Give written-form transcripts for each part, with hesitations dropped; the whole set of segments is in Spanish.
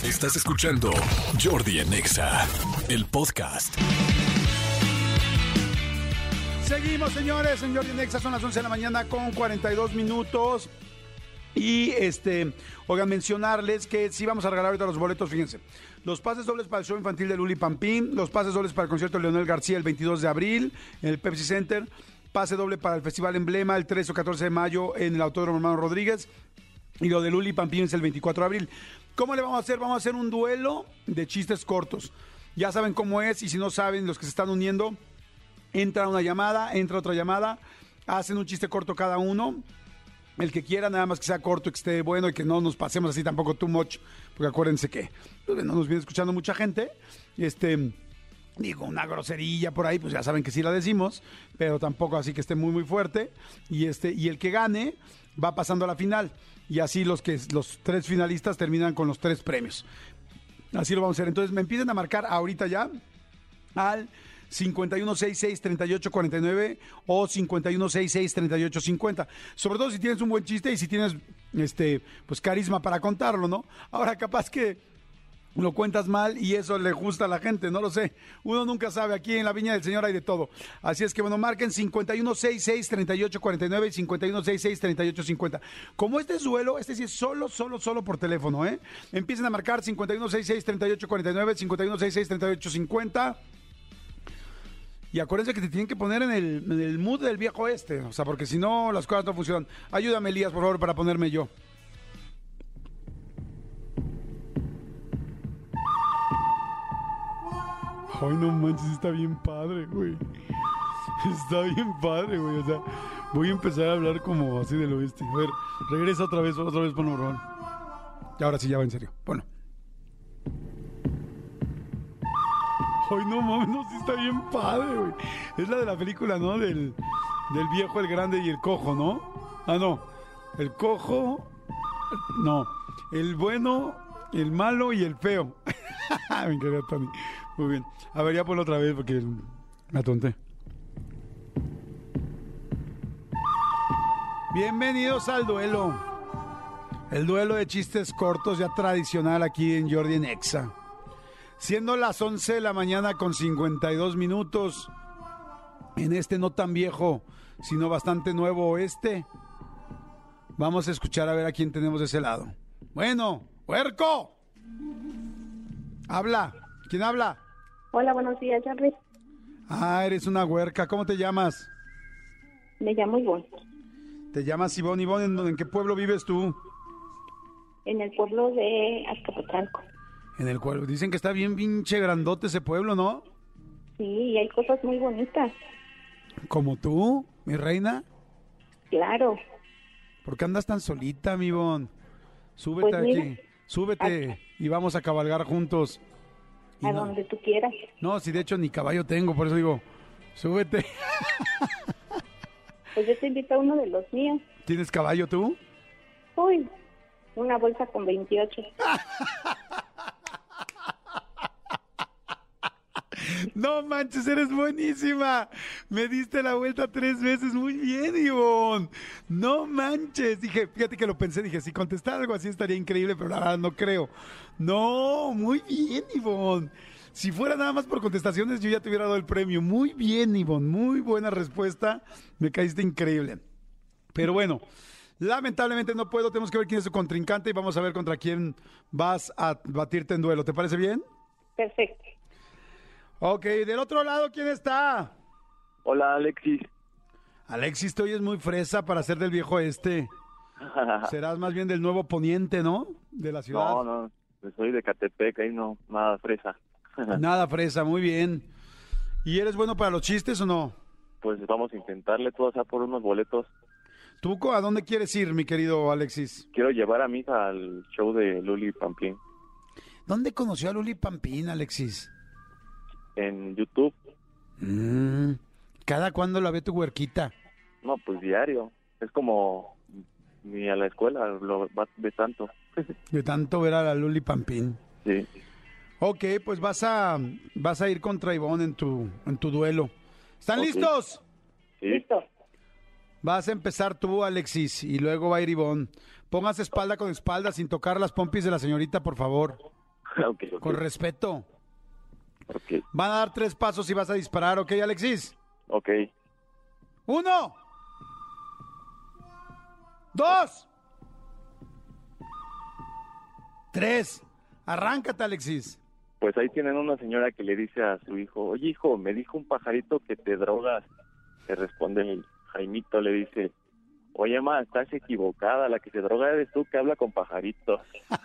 Estás escuchando Jordi en Exa, el podcast. Seguimos, señores, en Jordi en Exa, son las 11 de la mañana con 42 minutos. Y oigan, mencionarles que sí vamos a regalar ahorita los boletos, fíjense. Los pases dobles para el show infantil de Luli Pampín, los pases dobles para el concierto de Leonel García el 22 de abril en el Pepsi Center, pase doble para el Festival Emblema el 13 o 14 de mayo en el Autódromo Hermano Rodríguez, y lo de Luli Pampín es el 24 de abril. ¿Cómo le vamos a hacer? Vamos a hacer un duelo de chistes cortos. Ya saben cómo es, y si no saben, los que se están uniendo, entra una llamada, entra otra llamada, hacen un chiste corto cada uno. El que quiera, nada más que sea corto, que esté bueno y que no nos pasemos así tampoco too much, porque acuérdense que pues, no nos viene escuchando mucha gente. Digo, una groserilla por ahí, pues ya saben que sí la decimos, pero tampoco así que esté muy, muy fuerte. Y el que gane va pasando a la final. Y así los tres finalistas terminan con los 3 premios. Así lo vamos a hacer. Entonces me empiecen a marcar ahorita ya al 5166-3849 o 5166-3850. Sobre todo si tienes un buen chiste y si tienes pues carisma para contarlo, ¿no? Ahora capaz que lo cuentas mal y eso le gusta a la gente, no lo sé. Uno nunca sabe, aquí en la Viña del Señor hay de todo. Así es que bueno, marquen 5166-3849 y 5166-3850. Como este es duelo, sí es solo por teléfono, ¿eh? Empiecen a marcar 5166-3849, 5166-3850. Y acuérdense que te tienen que poner en el mood del viejo o sea, porque si no, las cosas no funcionan. Ayúdame, Elías, por favor, para ponerme yo. Ay, no manches, está bien padre, güey. Está bien padre, güey. O sea, voy a empezar a hablar como así del oeste. A ver, regresa otra vez, por favor. Y ahora sí, ya va en serio. Bueno. Ay, no mames, no, sí está bien padre, güey. Es la de la película, ¿no? Del viejo, el grande y el cojo, ¿no? Ah, no. El cojo. No. El bueno, el malo y el feo. Me encanta, Tony. Muy bien. A ver, ya ponlo otra vez porque me atonté. Bienvenidos al duelo. El duelo de chistes cortos ya tradicional aquí en Jordi en Exa. Siendo las 11 de la mañana con 52 minutos, en este no tan viejo, sino bastante nuevo oeste, vamos a escuchar a ver a quién tenemos de ese lado. Bueno, ¡huerco! Habla. ¿Quién habla? Hola, buenos días, Jordi. Ah, eres una huerca. ¿Cómo te llamas? Me llamo Ivonne. ¿Te llamas Ivonne? Ivonne, ¿en qué pueblo vives tú? En el pueblo de Azcapotzalco. En el cual dicen que está bien pinche grandote ese pueblo, ¿no? Sí, y hay cosas muy bonitas. ¿Como tú, mi reina? Claro. ¿Por qué andas tan solita, mi Ivonne? Súbete Pues mira, aquí, súbete y vamos a cabalgar juntos. Y a no, donde tú quieras. no, si de hecho ni caballo tengo, por eso digo, súbete. Pues yo te invito a uno de los míos. ¿Tienes caballo tú? Uy, una bolsa con 28. No manches, eres buenísima. Me diste la vuelta 3 veces. Muy bien, Ivonne. No manches. Dije, fíjate que lo pensé. Dije, si contestara algo así estaría increíble, pero la verdad no creo. No, muy bien, Ivonne. Si fuera nada más por contestaciones, yo ya te hubiera dado el premio. Muy bien, Ivonne. Muy buena respuesta. Me caíste increíble. Pero bueno, lamentablemente no puedo. Tenemos que ver quién es su contrincante y vamos a ver contra quién vas a batirte en duelo. ¿Te parece bien? Perfecto. Ok, del otro lado, ¿quién está? Hola, Alexis. Alexis, te oyes muy fresa para ser del viejo Serás más bien del nuevo poniente, ¿no? De la ciudad. No, pues soy de Catepec, ahí no, nada fresa. Nada fresa, muy bien. ¿Y eres bueno para los chistes o no? Pues vamos a intentarle todo, o sea, por unos boletos. ¿Tú a dónde quieres ir, mi querido Alexis? Quiero llevar a mi hija al show de Luli Pampín. ¿Dónde conoció a Luli Pampín, Alexis? En YouTube. ¿Cada cuándo la ve tu huerquita? No, pues diario. Es como ni a la escuela lo va de tanto. De tanto ver a la Luli Pampín. Sí. Ok, pues vas a ir contra Ivonne en tu duelo. ¿Están listos? Sí. Listo. Vas a empezar tú, Alexis, y luego va a ir Ivonne. Póngase espalda con espalda sin tocar las pompis de la señorita, por favor. Ok. Con respeto. Ok. Van a dar 3 pasos y vas a disparar, ¿ok, Alexis? Ok. 1, 2, 3. Arráncate, Alexis. Pues ahí tienen una señora que le dice a su hijo, oye, hijo, me dijo un pajarito que te drogas. Le responde el Jaimito, le dice, oye, ma, estás equivocada, la que se droga eres tú, que habla con pajaritos.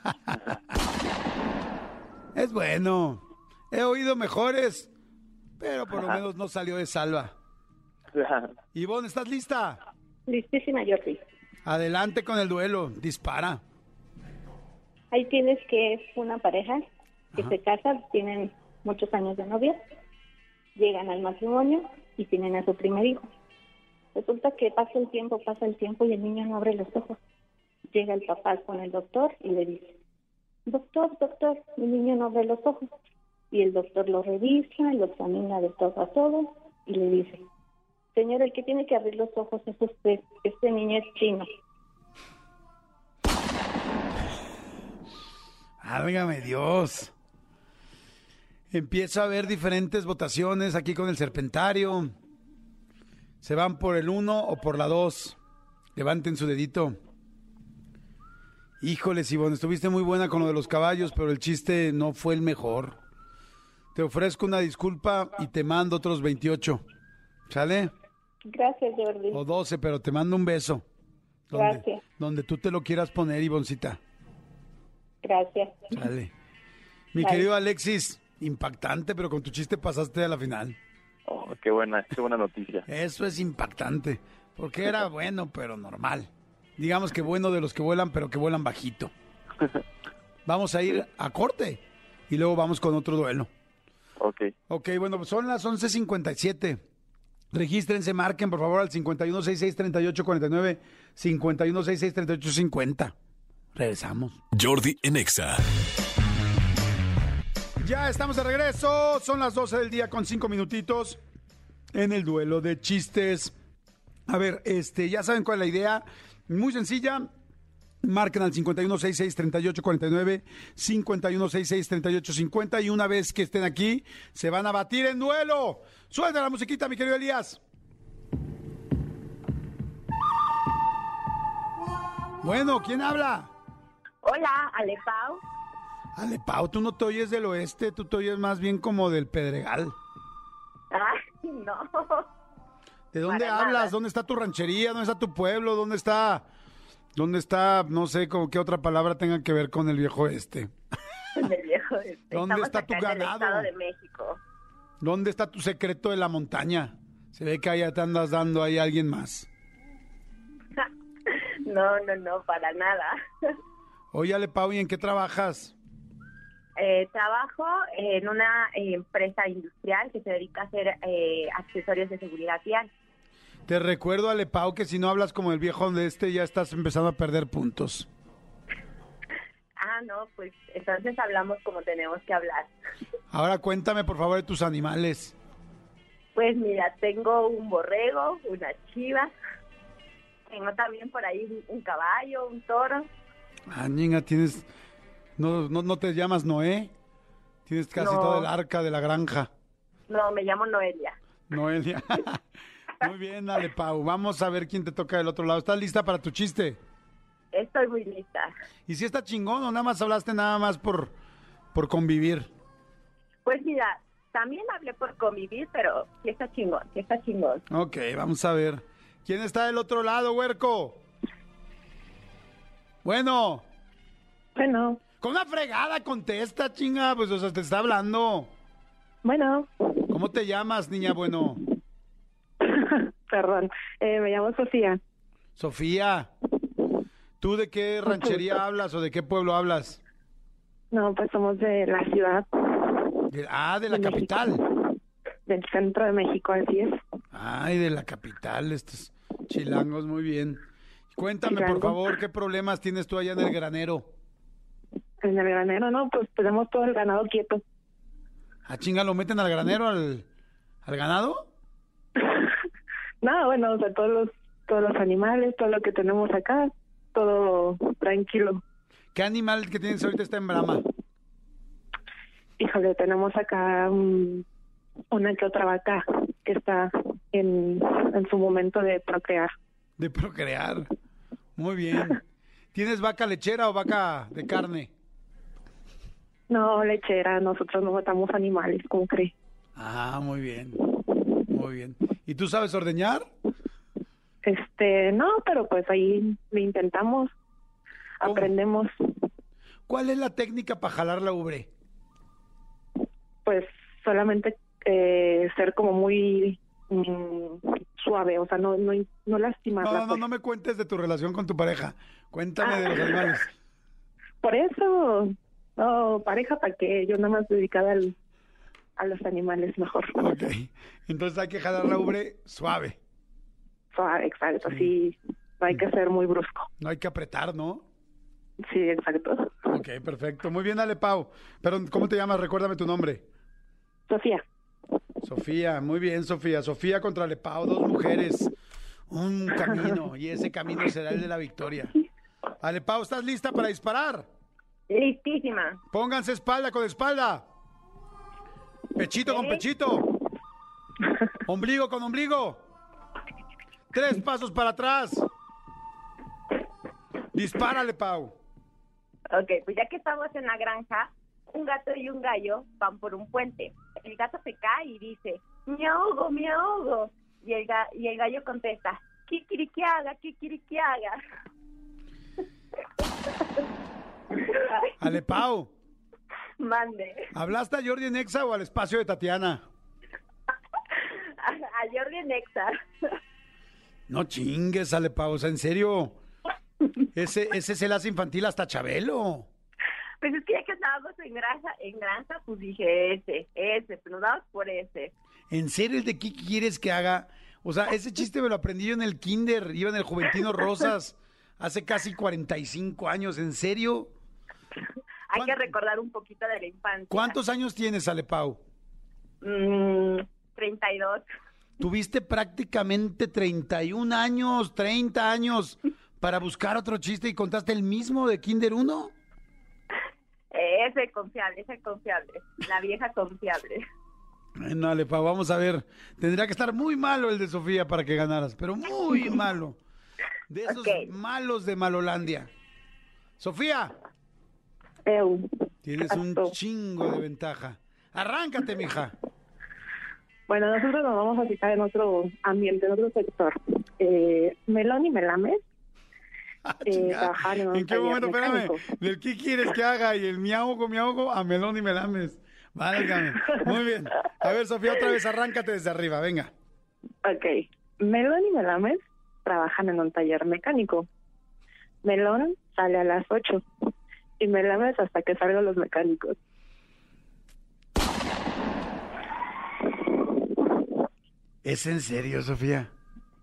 Es bueno. He oído mejores, pero por lo menos no salió de salva. Ivonne, ¿estás lista? Listísima, Jordi. Adelante con el duelo. Dispara. Ahí tienes que es una pareja que se casa, tienen muchos años de novia, llegan al matrimonio y tienen a su primer hijo. Resulta que pasa el tiempo y el niño no abre los ojos. Llega el papá con el doctor y le dice, doctor, mi niño no abre los ojos. Y el doctor lo revisa, lo examina de todo a todo y le dice, señor, el que tiene que abrir los ojos es usted, este niño es chino. Válgame Dios. Empiezo a ver diferentes votaciones aquí con el Serpentario. ¿Se van por el 1 o por la 2? Levanten su dedito. Híjoles, Ivonne, estuviste muy buena con lo de los caballos, pero el chiste no fue el mejor. Te ofrezco una disculpa y te mando otros 28. ¿Sale? Gracias, Jordi. O 12, pero te mando un beso. Gracias. Donde tú te lo quieras poner, Ivoncita. Gracias. Sale. Mi Bye. querido Alexis, impactante, pero con tu chiste pasaste a la final. Oh, qué buena noticia. Eso es impactante, porque era bueno, pero normal. Digamos que bueno de los que vuelan, pero que vuelan bajito. Vamos a ir a corte y luego vamos con otro duelo. Ok, bueno, pues son las 11:57. Regístrense, marquen por favor al 5166-3849, 5166-3850. Regresamos. Jordi en Exa. Ya estamos de regreso, son las 12 del día con 5 minutitos en el duelo de chistes. A ver, ya saben cuál es la idea, muy sencilla. Marquen al 5166-3849, 5166-3850 y una vez que estén aquí, se van a batir en duelo. Suelta la musiquita, mi querido Elías. Bueno, ¿quién habla? Hola, Ale Pau. Ale Pau, tú no te oyes del oeste, tú te oyes más bien como del Pedregal. Ay, no. ¿De dónde Para hablas? nada. ¿Dónde está tu ranchería? ¿Dónde está tu pueblo? ¿Dónde está, no sé, como qué otra palabra tenga que ver con el viejo oeste? En el viejo este. ¿Dónde Estamos está tu acá en el ganado? Estado de México. ¿Dónde está tu secreto de la montaña? Se ve que allá te andas dando ahí a alguien más. No, para nada. Oye, Ale Pau, ¿y en qué trabajas? Trabajo en una empresa industrial que se dedica a hacer accesorios de seguridad vial. Te recuerdo, Ale Pau, que si no hablas como el viejo de ya estás empezando a perder puntos. Ah, no, pues entonces hablamos como tenemos que hablar. Ahora cuéntame, por favor, de tus animales. Pues mira, tengo un borrego, una chiva, tengo también por ahí un caballo, un toro. Ah, niña, tienes... No te llamas Noé. Tienes casi No. todo el arca de la granja. No, me llamo Noelia. Noelia. Muy bien, Ale Pau. Vamos a ver quién te toca del otro lado. ¿Estás lista para tu chiste? Estoy muy lista. ¿Y si está chingón o nada más hablaste nada más por convivir? Pues mira, también hablé por convivir, pero sí está chingón, sí está chingón. Ok, vamos a ver. ¿Quién está del otro lado, huerco? Bueno, Bueno, con una fregada contesta, chinga. Pues, o sea, te está hablando. bueno, ¿Cómo te llamas, niña? Bueno, perdón, me llamo Sofía. Sofía. ¿Tú de qué ranchería hablas o de qué pueblo hablas? No, pues somos de la ciudad, De la de México. capital. Del centro de México, así es. Ay, de la capital, estos chilangos, muy bien. Cuéntame, por Chilango. favor, ¿qué problemas tienes tú allá en el granero? En el granero, no, pues tenemos todo el ganado quieto. Ah, chinga, ¿lo meten al granero, al ganado? No, bueno, o sea, todos los animales, todo lo que tenemos acá, todo tranquilo. ¿Qué animal que tienes ahorita está en Brahma? híjole, tenemos acá una que otra vaca que está en su momento de procrear. De procrear. Muy bien. ¿Tienes vaca lechera o vaca de carne? No, lechera, nosotros no matamos animales, ¿cómo cree? Ah, muy bien. Muy bien. ¿Y tú sabes ordeñar? No, pero pues ahí le intentamos, ¿Cómo? aprendemos. ¿Cuál es la técnica para jalar la ubre? Pues solamente ser como muy suave, o sea, no lastimarla. No me cuentes de tu relación con tu pareja. Cuéntame de los animales. Por eso, no, pareja, ¿para qué? Yo nada más dedicada a los animales mejor. Ok. Entonces hay que jalar la ubre suave. Suave, exacto, sí, no hay que ser muy brusco. No hay que apretar, ¿no? Sí, exacto. Ok, perfecto. Muy bien, Ale Pau. Pero, ¿cómo te llamas? Recuérdame tu nombre. Sofía. Sofía, muy bien, Sofía. Sofía contra Ale Pau, 2 mujeres. Un camino, y ese camino será el de la victoria. Ale Pau, ¿estás lista para disparar? Listísima. Pónganse espalda con espalda. Pechito con pechito. Ombligo con ombligo. 3 pasos para atrás. Dispárale, Pau. Ok, pues ya que estamos en la granja, un gato y un gallo van por un puente. El gato se cae y dice, me ahogo, me ahogo. Y el gallo contesta, kikirikiaga, kikirikiaga. Ale Pau, Mande. ¿hablaste a Jordi Nexa o al espacio de Tatiana? A Jordi Nexa. No chingues, Ale Pau, o sea, en serio. Ese se le hace infantil hasta Chabelo. Pues es que ya que estábamos en granja, pues dije ese, pues nos damos por ese. ¿En serio el de qué quieres que haga? O sea, ese chiste me lo aprendí yo en el kinder, iba en el Juventino Rosas, hace casi 45 años, ¿en serio? Hay que recordar un poquito de la infancia. ¿Cuántos años tienes, Ale Pau? 32. Tuviste prácticamente 31 años, 30 años para buscar otro chiste y contaste el mismo de Kinder 1. Ese confiable, la vieja confiable. No, Ale Pau, vamos a ver. Tendría que estar muy malo el de Sofía para que ganaras, pero muy malo. De esos malos de Malolandia. Sofía, tienes un chingo de ventaja. Arráncate, mija. Bueno, nosotros nos vamos a fijar en otro ambiente, en otro sector. Melón y Melames. ¿En qué momento? Espérame. ¿Del qué quieres que haga? Y el miaugo a Melón y Melames. Válgame. Muy bien. A ver, Sofía, otra vez arráncate desde arriba, venga. Ok. Melón y Melames trabajan en un taller mecánico. Melón sale a las 8 y Melames hasta que salgan los mecánicos. ¿Es en serio, Sofía?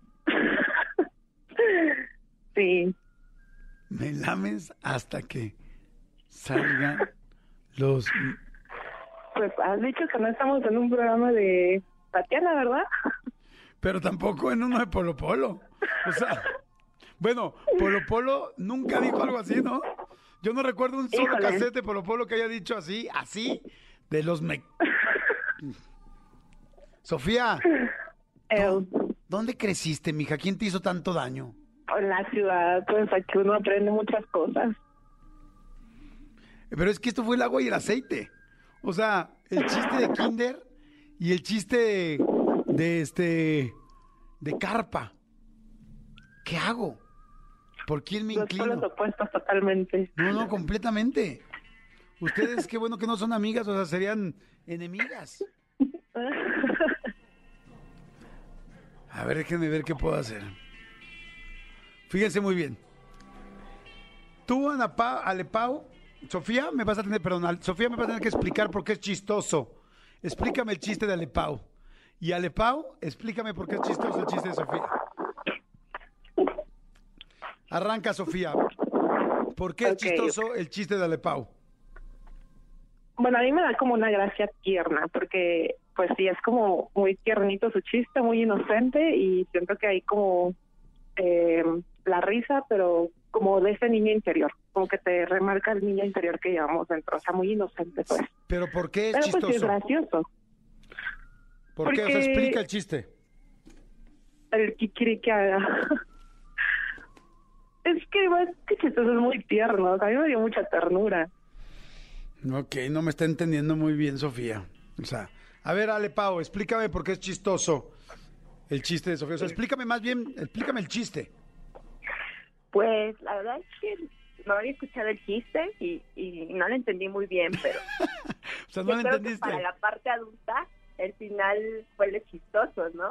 Sí. Me lames hasta que salgan los... Pues has dicho que no estamos en un programa de Tatiana, ¿verdad? Pero tampoco en uno de Polo Polo. O sea, bueno, Polo Polo nunca dijo algo así, ¿no? Yo no recuerdo un solo cassette de Polo Polo que haya dicho así, de los... Sofía, ¿dónde creciste, mija? ¿Quién te hizo tanto daño? En la ciudad, pues aquí uno aprende muchas cosas. Pero es que esto fue el agua y el aceite. O sea, el chiste de Kinder y el chiste de carpa. ¿Qué hago? ¿Por quién me inclino? Los polos opuestos totalmente. No, completamente. Ustedes, qué bueno que no son amigas, o sea, serían enemigas. A ver, déjenme ver qué puedo hacer. Fíjense muy bien. Tú, Ale Pau, Sofía, me vas a tener que explicar por qué es chistoso. Explícame el chiste de Ale Pau. Y Ale Pau, explícame por qué es chistoso el chiste de Sofía. Arranca, Sofía. ¿Por qué es chistoso el chiste de Ale Pau? Bueno, a mí me da como una gracia tierna, porque pues sí, es como muy tiernito su chiste, muy inocente, y siento que hay como la risa, pero como de ese niño interior, como que te remarca el niño interior que llevamos dentro, o sea, muy inocente, pues. ¿Pero por qué es Pero chistoso? pues sí es gracioso. ¿Por qué? O sea, porque- explica el chiste. El kikiriki haga. Es que chistoso, es muy tierno, a mí me dio mucha ternura. Ok, no me está entendiendo muy bien, Sofía. O sea, a ver, Ale Pau, explícame por qué es chistoso el chiste de Sofía. O sea, explícame más bien, explícame el chiste. Pues la verdad es que no había escuchado el chiste y no lo entendí muy bien, pero O sea, no yo lo creo entendiste. que para la parte adulta el final fue lo chistoso, ¿no?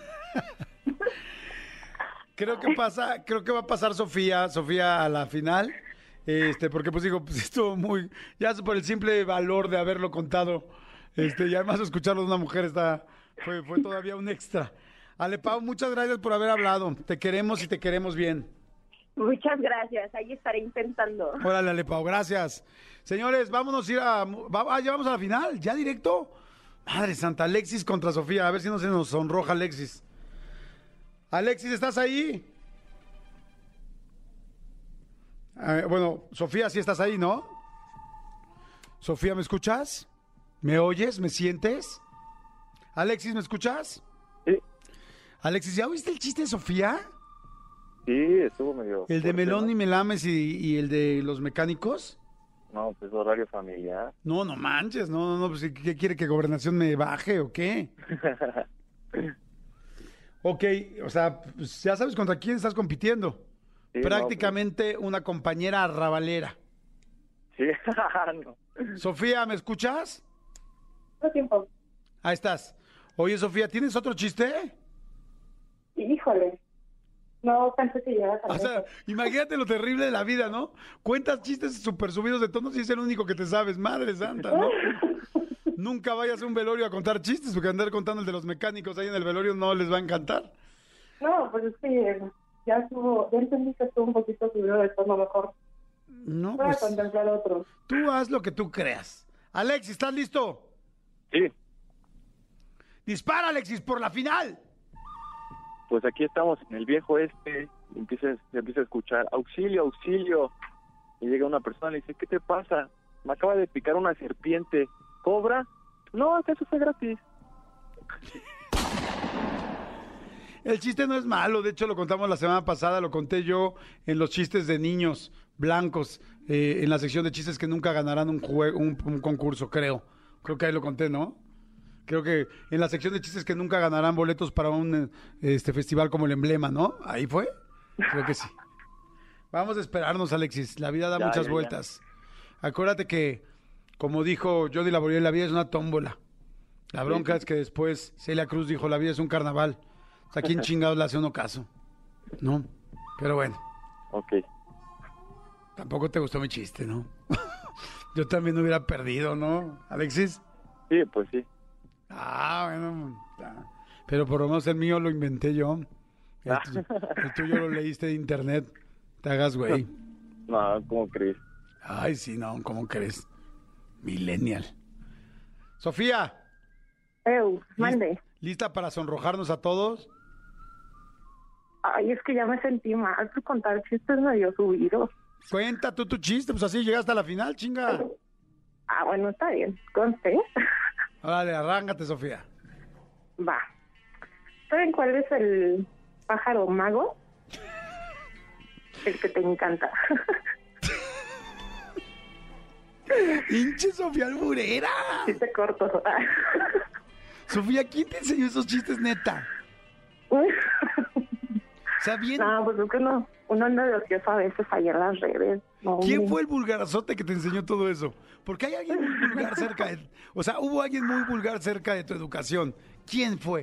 Creo que va a pasar Sofía a la final. Porque pues digo, pues estuvo muy, ya por el simple valor de haberlo contado, y además escucharlo de una mujer fue todavía un extra. Ale Pau, muchas gracias por haber hablado. Te queremos y te queremos bien. Muchas gracias, ahí estaré intentando. Órale, Ale Pau, gracias. Señores, vámonos a ir ya vamos a la final, ya directo. Madre santa, Alexis contra Sofía, a ver si no se nos sonroja Alexis. Alexis, ¿estás ahí? Bueno, Sofía, sí estás ahí, ¿no? Sofía, ¿me escuchas? ¿Me oyes? ¿Me sientes? Alexis, ¿me escuchas? Sí. Alexis, ¿ya oíste el chiste de Sofía? Sí, estuvo medio... ¿El de fuerte, Melón ¿no? y Melames y el de los mecánicos? No, pues horario familiar. No manches, no, pues ¿qué quiere que Gobernación me baje o qué? Ok, o sea, pues, ya sabes contra quién estás compitiendo. Sí, Prácticamente una compañera arrabalera. Sí, no. Sofía, ¿me escuchas? Todo tiempo. Ahí estás. Oye, Sofía, ¿tienes otro chiste? Híjole, no pensé que llegaras a O sea, imagínate lo terrible de la vida, ¿no? Cuentas chistes súper subidos de tono y es el único que te sabes. Madre santa, ¿no? Nunca vayas a un velorio a contar chistes, porque andar contando el de los mecánicos ahí en el velorio no les va a encantar. No, pues es que ya entendí que estuvo un poquito subido de tono, mejor. No, Voy a pues contemplar otro. tú haz lo que tú creas. Alexis, ¿estás listo? Sí, Dispara, Alexis, por la final. pues aquí estamos en el viejo se empieza a escuchar, auxilio, auxilio. Y llega una persona y le dice, ¿qué te pasa? Me acaba de picar una serpiente. ¿Cobra? No, eso fue gratis. El chiste no es malo, de hecho lo contamos la semana pasada, lo conté yo en los chistes de niños blancos, en la sección de chistes que nunca ganarán un concurso, creo. Creo que ahí lo conté, ¿no? Creo que en la sección de chistes que nunca ganarán boletos para un festival como el Emblema, ¿no? Ahí fue. Creo que sí. Vamos a esperarnos, Alexis. La vida da Ya, muchas ya. vueltas. Acuérdate que, como dijo Jody Laboriel, la vida es una tómbola. La bronca es que después Celia Cruz dijo, la vida es un carnaval. O sea, ¿quién chingados le hace uno caso? ¿No? Pero bueno, Ok. tampoco te gustó mi chiste, ¿no? Yo también hubiera perdido, ¿no, Alexis? Sí, pues sí. Ah, bueno. Pero por lo menos el mío lo inventé yo. El tuyo lo leíste de internet. Te hagas, güey. No, ¿cómo crees? Ay, sí, no, ¿cómo crees? Millennial. Sofía, Mande. ¿lista para sonrojarnos a todos? Ay, es que ya me sentí mal por contar chistes medio subidos. Cuenta tú tu chiste, pues así llegaste a la final, chinga. Ah, bueno, está bien. Conste. Órale, arráncate, Sofía. Va. ¿Saben cuál es el pájaro mago? El que te encanta. ¡Hinche Sofía Alburera! Sí te corto. Sofía, ¿quién te enseñó esos chistes, neta? O sea, bien... No, pues es que no. Uno anda de ocioso a veces ahí en las redes. No, ¿Quién hombre. fue el vulgarazote que te enseñó todo eso? Porque hay alguien muy vulgar cerca de... O sea, hubo alguien muy vulgar cerca de tu educación. ¿Quién fue?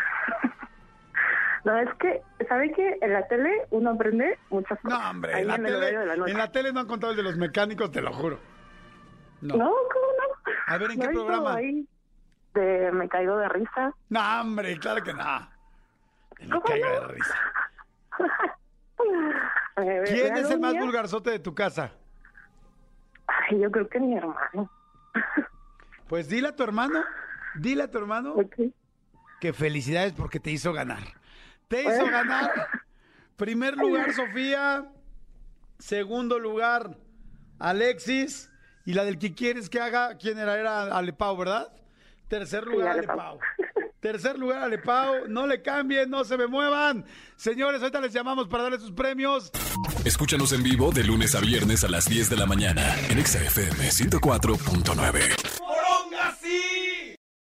No, es que, ¿sabe qué? En la tele uno aprende muchas cosas. No, hombre, Ahí en la, el horario de la noche. en la tele no han contado el de los mecánicos, te lo juro. No. No, ¿cómo no? A ver, ¿en qué ¿No hizo programa? ahí de Me Caigo de Risa? No, hombre, claro que no. Me ¿Cómo caiga no? de risa. ¿Quién ¿Quién es el más vulgarzote de tu casa? Ay, yo creo que mi hermano. Pues dile a tu hermano, Ok. que felicidades porque te hizo ganar. Te hizo ganar. Primer lugar, Sofía. Segundo lugar, Alexis, y la del que quieres que haga, ¿quién era? Era Alepao, ¿verdad? Tercer lugar, Alepao. Tercer lugar, Alepao. No le cambien, no se me muevan. Señores, ahorita les llamamos para darles sus premios. Escúchanos en vivo de lunes a viernes a las 10 de la mañana en XFM 104.9.